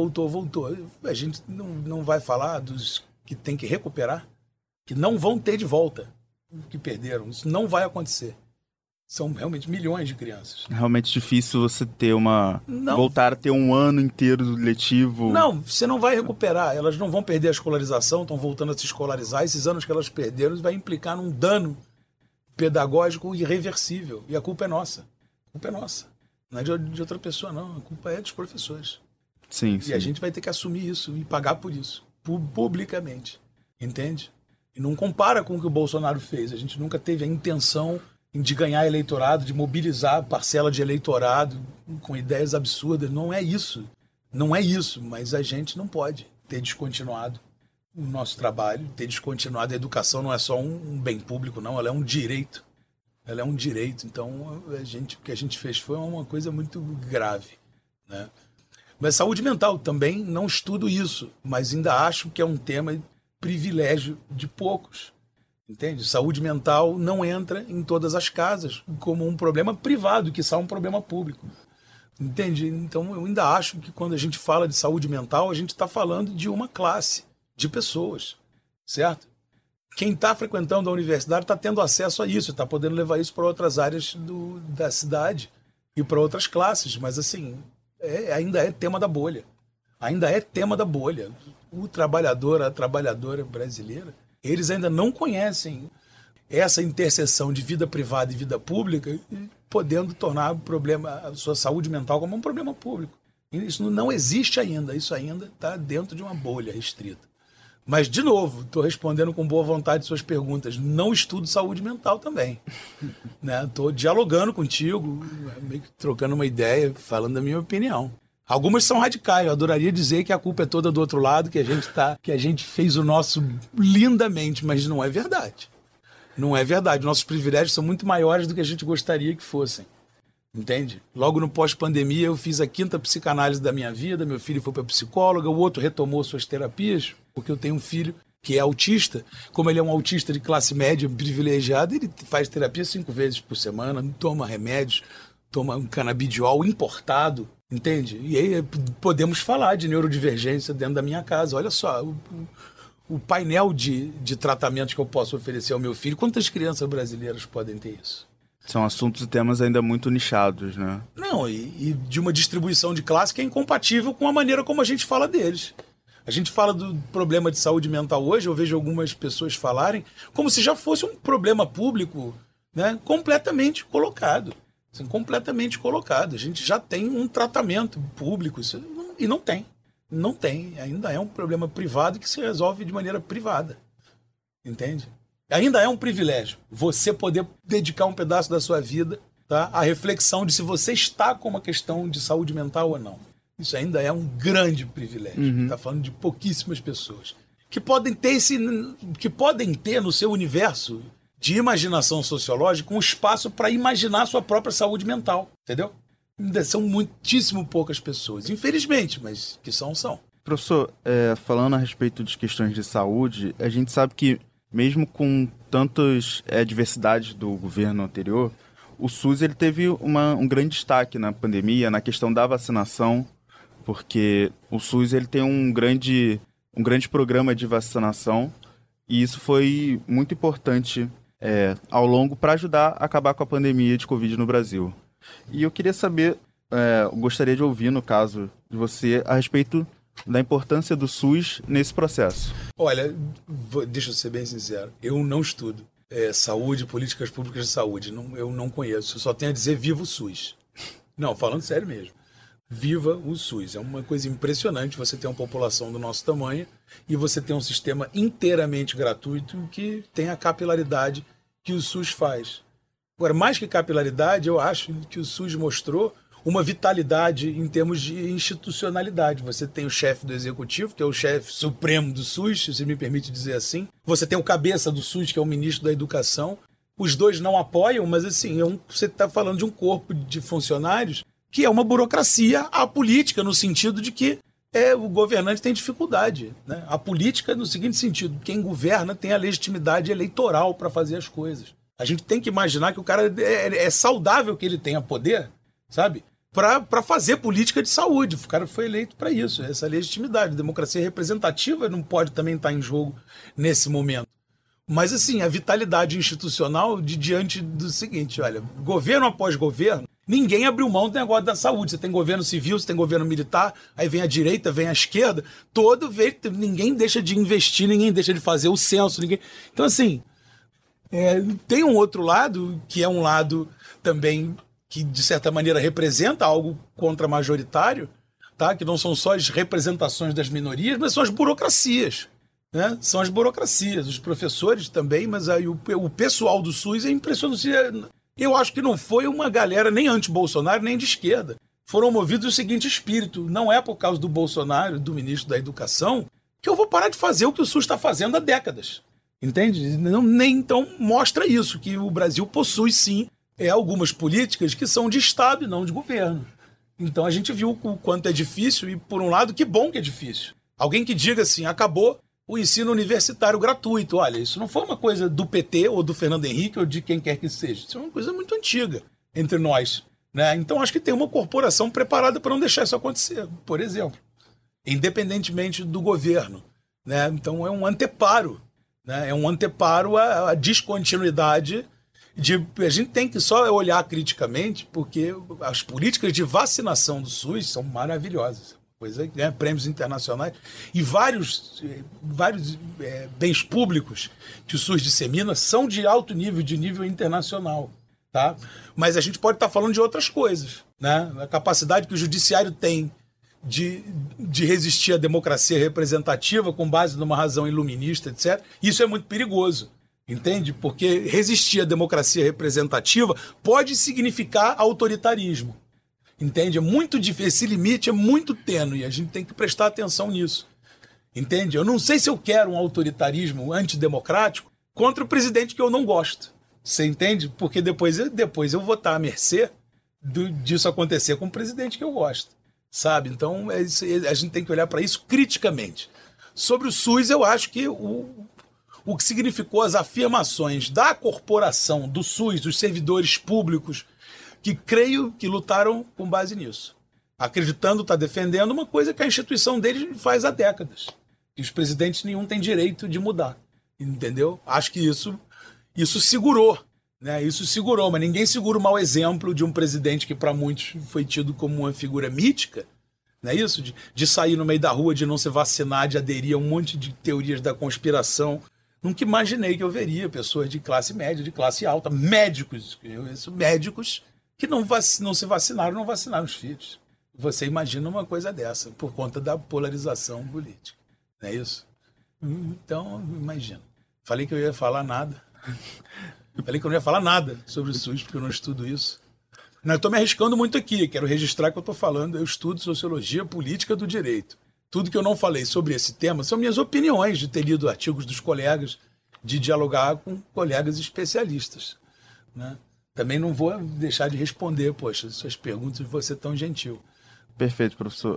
A gente não vai falar dos que tem que recuperar, que não vão ter de volta o que perderam. Isso não vai acontecer. São realmente milhões de crianças. É realmente difícil você ter voltar a ter um ano inteiro letivo. Não, você não vai recuperar. Elas não vão perder a escolarização, estão voltando a se escolarizar. Esses anos que elas perderam vai implicar num dano pedagógico irreversível. E a culpa é nossa. A culpa é nossa. Não é de outra pessoa, não. A culpa é dos professores. Sim. E a gente vai ter que assumir isso e pagar por isso. Publicamente. Entende? E não compara com o que o Bolsonaro fez. A gente nunca teve a intenção de ganhar eleitorado, de mobilizar parcela de eleitorado com ideias absurdas. Não é isso. Não é isso. Mas a gente não pode ter descontinuado o nosso trabalho, ter descontinuado a educação. Não é só um bem público, não. Ela é um direito. Ela é um direito. Então, o que a gente fez foi uma coisa muito grave, né? Mas saúde mental também não estudo isso, mas ainda acho que é um tema privilégio de poucos. Entende? Saúde mental não entra em todas as casas como um problema privado, que só um problema público. Entende? Então eu ainda acho que quando a gente fala de saúde mental, a gente está falando de uma classe de pessoas, certo? Quem está frequentando a universidade está tendo acesso a isso, está podendo levar isso para outras áreas da cidade e para outras classes, mas assim, ainda é tema da bolha. Ainda é tema da bolha. O trabalhador, a trabalhadora brasileira, eles ainda não conhecem essa interseção de vida privada e vida pública, podendo tornar a sua saúde mental como um problema público. Isso não existe ainda, isso ainda está dentro de uma bolha restrita. Mas, de novo, estou respondendo com boa vontade suas perguntas. Não estudo saúde mental também. Estou dialogando contigo, meio que trocando uma ideia, falando da minha opinião. Algumas são radicais, eu adoraria dizer que a culpa é toda do outro lado, que a gente fez o nosso lindamente, mas não é verdade. Não é verdade. Nossos privilégios são muito maiores do que a gente gostaria que fossem. Entende? Logo no pós-pandemia eu fiz a 5ª psicanálise da minha vida, meu filho foi para psicóloga, o outro retomou suas terapias, porque eu tenho um filho que é autista. Como ele é um autista de classe média privilegiada, ele faz terapia 5 vezes por semana, toma remédios, toma um canabidiol importado, entende? E aí podemos falar de neurodivergência dentro da minha casa. Olha só, o painel de tratamentos que eu posso oferecer ao meu filho. Quantas crianças brasileiras podem ter isso? São assuntos e temas ainda muito nichados, né? Não, e de uma distribuição de classe que é incompatível com a maneira como a gente fala deles. A gente fala do problema de saúde mental hoje, eu vejo algumas pessoas falarem como se já fosse um problema público, né, completamente colocado. Assim, completamente colocado. A gente já tem um tratamento público e não tem. Não tem. Ainda é um problema privado que se resolve de maneira privada. Entende? Ainda é um privilégio você poder dedicar um pedaço da sua vida, tá, à reflexão de se você está com uma questão de saúde mental ou não. Isso ainda é um grande privilégio. Está falando de pouquíssimas pessoas que podem ter no seu universo de imaginação sociológica um espaço para imaginar a sua própria saúde mental. Entendeu? Ainda são muitíssimo poucas pessoas. Infelizmente, mas que são. Professor, falando a respeito de questões de saúde, a gente sabe que mesmo com tantas diversidades do governo anterior, o SUS ele teve um grande destaque na pandemia, na questão da vacinação, porque o SUS ele tem um grande programa de vacinação e isso foi muito importante ao longo para ajudar a acabar com a pandemia de Covid no Brasil. E eu queria saber, eu gostaria de ouvir, no caso de você, a respeito da importância do SUS nesse processo. Olha, deixa eu ser bem sincero, eu não estudo saúde, políticas públicas de saúde, eu não conheço, eu só tenho a dizer viva o SUS. Não, falando sério mesmo, viva o SUS. É uma coisa impressionante você ter uma população do nosso tamanho e você ter um sistema inteiramente gratuito que tem a capilaridade que o SUS faz. Agora, mais que capilaridade, eu acho que o SUS mostrou uma vitalidade em termos de institucionalidade. Você tem o chefe do executivo, que é o chefe supremo do SUS, se você me permite dizer assim. Você tem o cabeça do SUS, que é o ministro da Educação. Os dois não apoiam, mas assim, você está falando de um corpo de funcionários que é uma burocracia apolítica, no sentido de que o governante tem dificuldade, né? A política no seguinte sentido: quem governa tem a legitimidade eleitoral para fazer as coisas. A gente tem que imaginar que o cara é saudável que ele tenha poder, sabe? para fazer política de saúde. O cara foi eleito para isso, essa legitimidade. A democracia representativa não pode também estar em jogo nesse momento. Mas, assim, a vitalidade institucional diante do seguinte, olha, governo após governo, ninguém abriu mão do negócio da saúde. Você tem governo civil, você tem governo militar, aí vem a direita, vem a esquerda, ninguém deixa de investir, ninguém deixa de fazer o censo, ninguém... Então, assim, tem um outro lado, que é um lado também que, de certa maneira, representa algo contra-majoritário, tá? Que não são só as representações das minorias, mas são as burocracias. Né? São as burocracias, os professores também, mas aí o pessoal do SUS é impressionante. Eu acho que não foi uma galera nem anti-Bolsonaro, nem de esquerda. Foram movidos do seguinte espírito: não é por causa do Bolsonaro, do ministro da Educação, que eu vou parar de fazer o que o SUS está fazendo há décadas. Entende? Então mostra isso, que o Brasil possui sim algumas políticas que são de Estado e não de governo. Então a gente viu o quanto é difícil e, por um lado, que bom que é difícil. Alguém que diga assim, acabou o ensino universitário gratuito. Olha, isso não foi uma coisa do PT ou do Fernando Henrique ou de quem quer que seja. Isso é uma coisa muito antiga entre nós. Né? Então acho que tem uma corporação preparada para não deixar isso acontecer, por exemplo. Independentemente do governo. Né? Então é um anteparo. Né? É um anteparo à descontinuidade. A gente tem que só olhar criticamente, porque as políticas de vacinação do SUS são maravilhosas. Coisa, né? Prêmios internacionais e vários bens públicos que o SUS dissemina são de alto nível, de nível internacional. Tá? Mas a gente pode estar falando de outras coisas. Né? A capacidade que o judiciário tem de resistir à democracia representativa com base numa razão iluminista, etc. Isso é muito perigoso. Entende? Porque resistir à democracia representativa pode significar autoritarismo. Entende? É muito difícil, esse limite é muito tênue, a gente tem que prestar atenção nisso. Entende? Eu não sei se eu quero um autoritarismo antidemocrático contra o presidente que eu não gosto. Você entende? Porque depois eu vou estar à mercê disso acontecer com o presidente que eu gosto. Sabe? Então a gente tem que olhar para isso criticamente. Sobre o SUS, eu acho que o que significou as afirmações da corporação do SUS, dos servidores públicos, que creio que lutaram com base nisso. Acreditando, está defendendo uma coisa que a instituição deles faz há décadas. Que os presidentes nenhum tem direito de mudar. Entendeu? Acho que isso segurou. Né? Isso segurou, mas ninguém segura o mau exemplo de um presidente que para muitos foi tido como uma figura mítica. Não é isso? De sair no meio da rua, de não se vacinar, de aderir a um monte de teorias da conspiração. Nunca imaginei que eu veria pessoas de classe média, de classe alta, médicos que não se vacinaram, não vacinaram os filhos. Você imagina uma coisa dessa, por conta da polarização política. Não é isso? Então, imagina. Falei que eu ia falar nada. Falei que eu não ia falar nada sobre o SUS, porque eu não estudo isso. Não, eu estou me arriscando muito aqui, quero registrar que eu estou falando, eu estudo sociologia política do direito. Tudo que eu não falei sobre esse tema são minhas opiniões, de ter lido artigos dos colegas, de dialogar com colegas especialistas. Né? Também não vou deixar de responder, suas perguntas de você tão gentil. Perfeito, professor.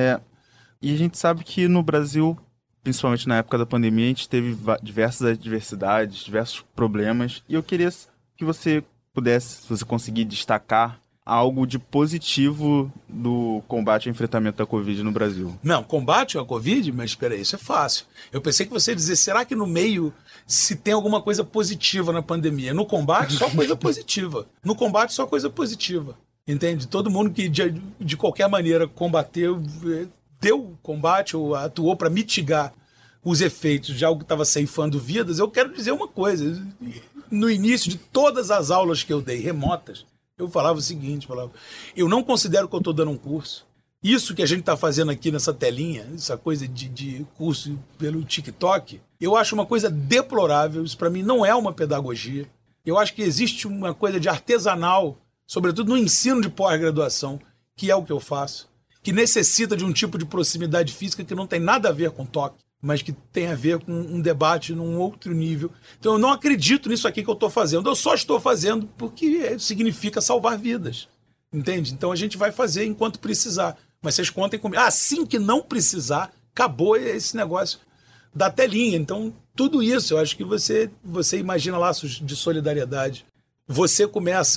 E a gente sabe que no Brasil, principalmente na época da pandemia, a gente teve diversas adversidades, diversos problemas. E eu queria que você pudesse, se você conseguir destacar algo de positivo do combate ao enfrentamento da Covid no Brasil. Não, combate à Covid? Mas espera aí, isso é fácil. Eu pensei que você ia dizer, será que no meio se tem alguma coisa positiva na pandemia? No combate, só coisa positiva. No combate, só coisa positiva. Entende? Todo mundo que de qualquer maneira combateu, deu combate ou atuou para mitigar os efeitos de algo que estava ceifando vidas. Eu quero dizer uma coisa. No início de todas as aulas que eu dei, remotas, eu falava o seguinte, eu não considero que eu estou dando um curso. Isso que a gente está fazendo aqui nessa telinha, essa coisa de curso pelo TikTok, eu acho uma coisa deplorável. Isso para mim não é uma pedagogia. Eu acho que existe uma coisa de artesanal, sobretudo no ensino de pós-graduação, que é o que eu faço, que necessita de um tipo de proximidade física que não tem nada a ver com toque, mas que tem a ver com um debate num outro nível. Então eu não acredito nisso aqui que eu estou fazendo. Eu só estou fazendo porque significa salvar vidas. Entende? Então a gente vai fazer enquanto precisar. Mas vocês contem comigo. Assim que não precisar, acabou esse negócio da telinha. Então tudo isso, eu acho que você imagina laços de solidariedade. Você começa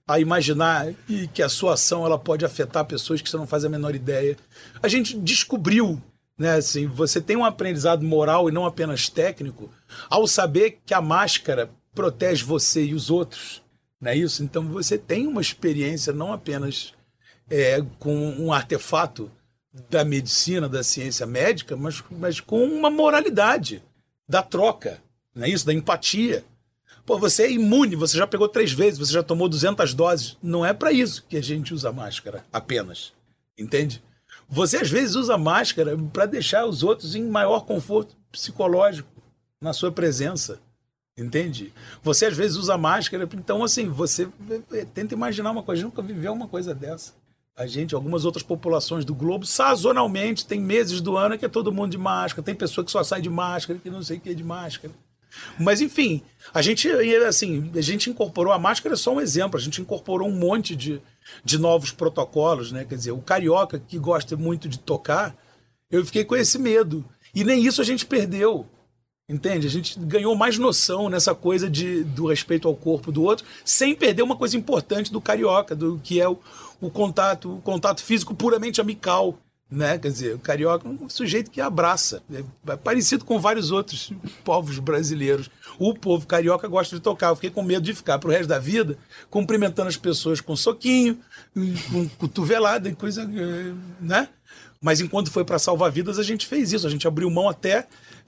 a imaginar que a sua ação ela pode afetar pessoas que você não faz a menor ideia. A gente descobriu, né, assim, você tem um aprendizado moral e não apenas técnico, ao saber que a máscara protege você e os outros, não é isso? Então você tem uma experiência não apenas com um artefato da medicina, da ciência médica, mas com uma moralidade da troca, não é isso? Da empatia. Pô, você é imune, você já pegou 3 vezes, você já tomou 200 doses. Não é para isso que a gente usa máscara, apenas. Entende? Você, às vezes, usa máscara para deixar os outros em maior conforto psicológico na sua presença. Entende? Você, às vezes, usa máscara. Então, assim, você tenta imaginar uma coisa. A gente nunca viveu uma coisa dessa. A gente, algumas outras populações do globo, sazonalmente, tem meses do ano que é todo mundo de máscara. Tem pessoa que só sai de máscara, que não sei o que é de máscara. Mas, enfim, a gente incorporou, a máscara é só um exemplo, a gente incorporou um monte de novos protocolos, né? Quer dizer, o carioca que gosta muito de tocar, eu fiquei com esse medo. E nem isso a gente perdeu, entende? A gente ganhou mais noção nessa coisa do respeito ao corpo do outro, sem perder uma coisa importante do carioca, que é o contato físico puramente amical. Né? Quer dizer, o carioca é um sujeito que abraça, é parecido com vários outros povos brasileiros. O povo carioca gosta de tocar. Eu fiquei com medo de ficar pro resto da vida cumprimentando as pessoas com soquinho, com cotovelada e coisa, né? Mas enquanto foi para salvar vidas, a gente fez isso. A gente abriu mão até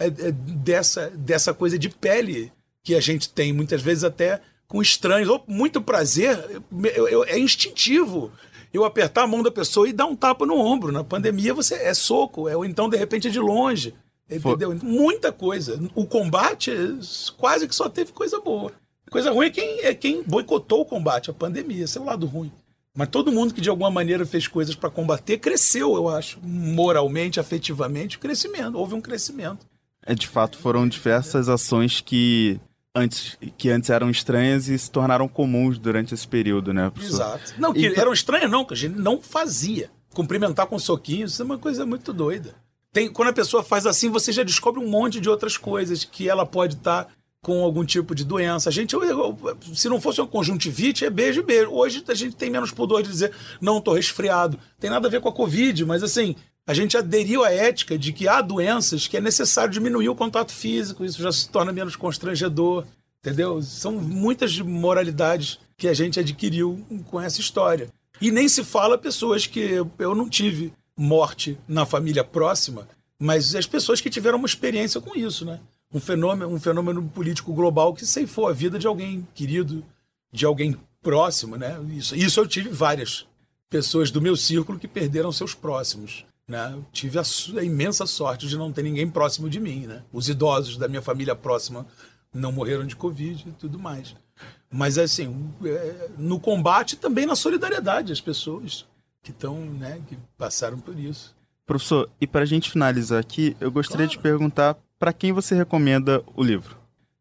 dessa coisa de pele que a gente tem, muitas vezes até com estranhos. Ou muito prazer, é instintivo. Eu apertar a mão da pessoa e dar um tapa no ombro. Na pandemia você é soco, ou então de repente é de longe. Entendeu? Muita coisa. O combate quase que só teve coisa boa. Coisa ruim é quem boicotou o combate, a pandemia. Esse é o lado ruim. Mas todo mundo que de alguma maneira fez coisas para combater cresceu, eu acho. Moralmente, afetivamente, crescimento. Houve um crescimento. De fato, foram diversas ações que antes eram estranhas e se tornaram comuns durante esse período, né, professor? Exato. Não, que eram estranhas não, que a gente não fazia. Cumprimentar com soquinhos, isso é uma coisa muito doida. Quando a pessoa faz assim, você já descobre um monte de outras coisas, que ela pode estar com algum tipo de doença. Se não fosse uma conjuntivite, é beijo e beijo. Hoje a gente tem menos pudor de dizer, não, estou resfriado. Tem nada a ver com a Covid, mas assim, a gente aderiu à ética de que há doenças que é necessário diminuir o contato físico, isso já se torna menos constrangedor, entendeu? São muitas moralidades que a gente adquiriu com essa história. E nem se fala pessoas que eu não tive morte na família próxima, mas as pessoas que tiveram uma experiência com isso, né? Um fenômeno político global que ceifou a vida de alguém querido, de alguém próximo, né? Isso eu tive várias pessoas do meu círculo que perderam seus próximos, né? Eu tive a imensa sorte de não ter ninguém próximo de mim, né? Os idosos da minha família próxima não morreram de Covid e tudo mais. Mas, assim, no combate também na solidariedade, as pessoas que estão, né, que passaram por isso. Professor, e para a gente finalizar aqui, eu gostaria de perguntar para quem você recomenda o livro?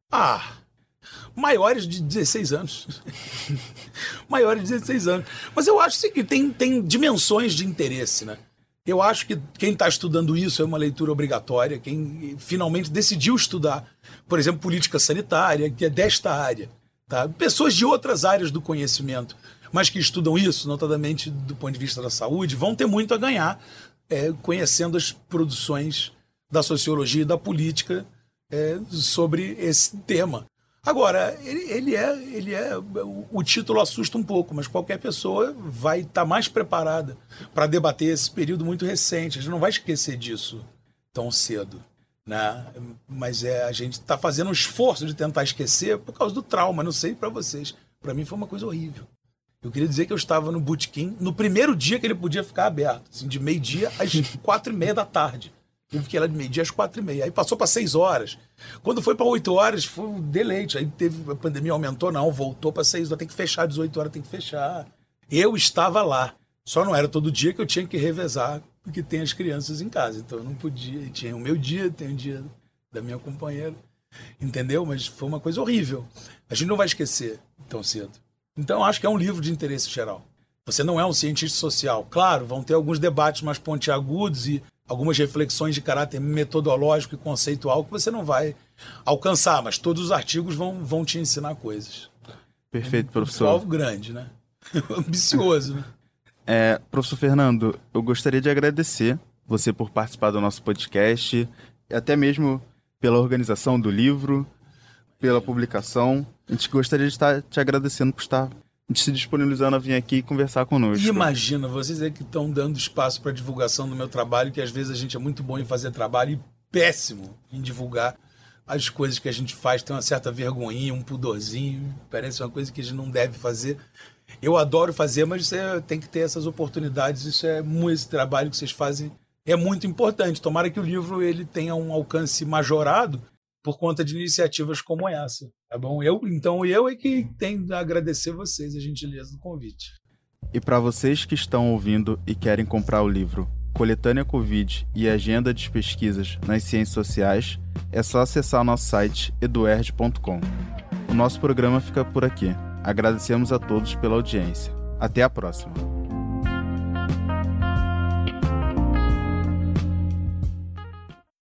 Maiores de 16 anos. Maiores de 16 anos. Mas eu acho que tem dimensões de interesse, né? Eu acho que quem está estudando isso é uma leitura obrigatória, quem finalmente decidiu estudar, por exemplo, política sanitária, que é desta área, tá? Pessoas de outras áreas do conhecimento, mas que estudam isso, notadamente do ponto de vista da saúde, vão ter muito a ganhar conhecendo as produções da sociologia e da política sobre esse tema. Agora, o título assusta um pouco, mas qualquer pessoa vai estar mais preparada para debater esse período muito recente. A gente não vai esquecer disso tão cedo, né? Mas a gente está fazendo um esforço de tentar esquecer por causa do trauma. Não sei para vocês. Para mim foi uma coisa horrível. Eu queria dizer que eu estava no Botequim no primeiro dia que ele podia ficar aberto, assim, de meio-dia às 4h30 da tarde. Eu fiquei lá de meio-dia às 4h30. Aí passou para 6 horas. Quando foi para 8 horas, foi um deleite. Aí a pandemia aumentou, não, voltou para 6 horas. Tem que fechar, 18 horas tem que fechar. Eu estava lá. Só não era todo dia que eu tinha que revezar, porque tem as crianças em casa. Então eu não podia. Tinha o meu dia, tem o dia da minha companheira. Entendeu? Mas foi uma coisa horrível. A gente não vai esquecer tão cedo. Então eu acho que é um livro de interesse geral. Você não é um cientista social. Claro, vão ter alguns debates mais pontiagudos e algumas reflexões de caráter metodológico e conceitual que você não vai alcançar, mas todos os artigos vão te ensinar coisas. Perfeito, professor. Um alvo grande, né? ambicioso, né? Professor Fernando, eu gostaria de agradecer você por participar do nosso podcast, até mesmo pela organização do livro, pela publicação. A gente gostaria de estar te agradecendo por estar se disponibilizando a vir aqui e conversar conosco. Imagina, vocês aí que estão dando espaço para divulgação do meu trabalho, que às vezes a gente é muito bom em fazer trabalho e péssimo em divulgar as coisas que a gente faz, tem uma certa vergonhinha, um pudorzinho, parece uma coisa que a gente não deve fazer. Eu adoro fazer, mas você tem que ter essas oportunidades, esse trabalho que vocês fazem é muito importante. Tomara que o livro ele tenha um alcance majorado por conta de iniciativas como essa, tá bom? Eu é que tenho a agradecer vocês a gentileza do convite. E para vocês que estão ouvindo e querem comprar o livro Coletânea Covid e Agenda de Pesquisas nas Ciências Sociais, é só acessar o nosso site eduerj.com. O nosso programa fica por aqui. Agradecemos a todos pela audiência. Até a próxima!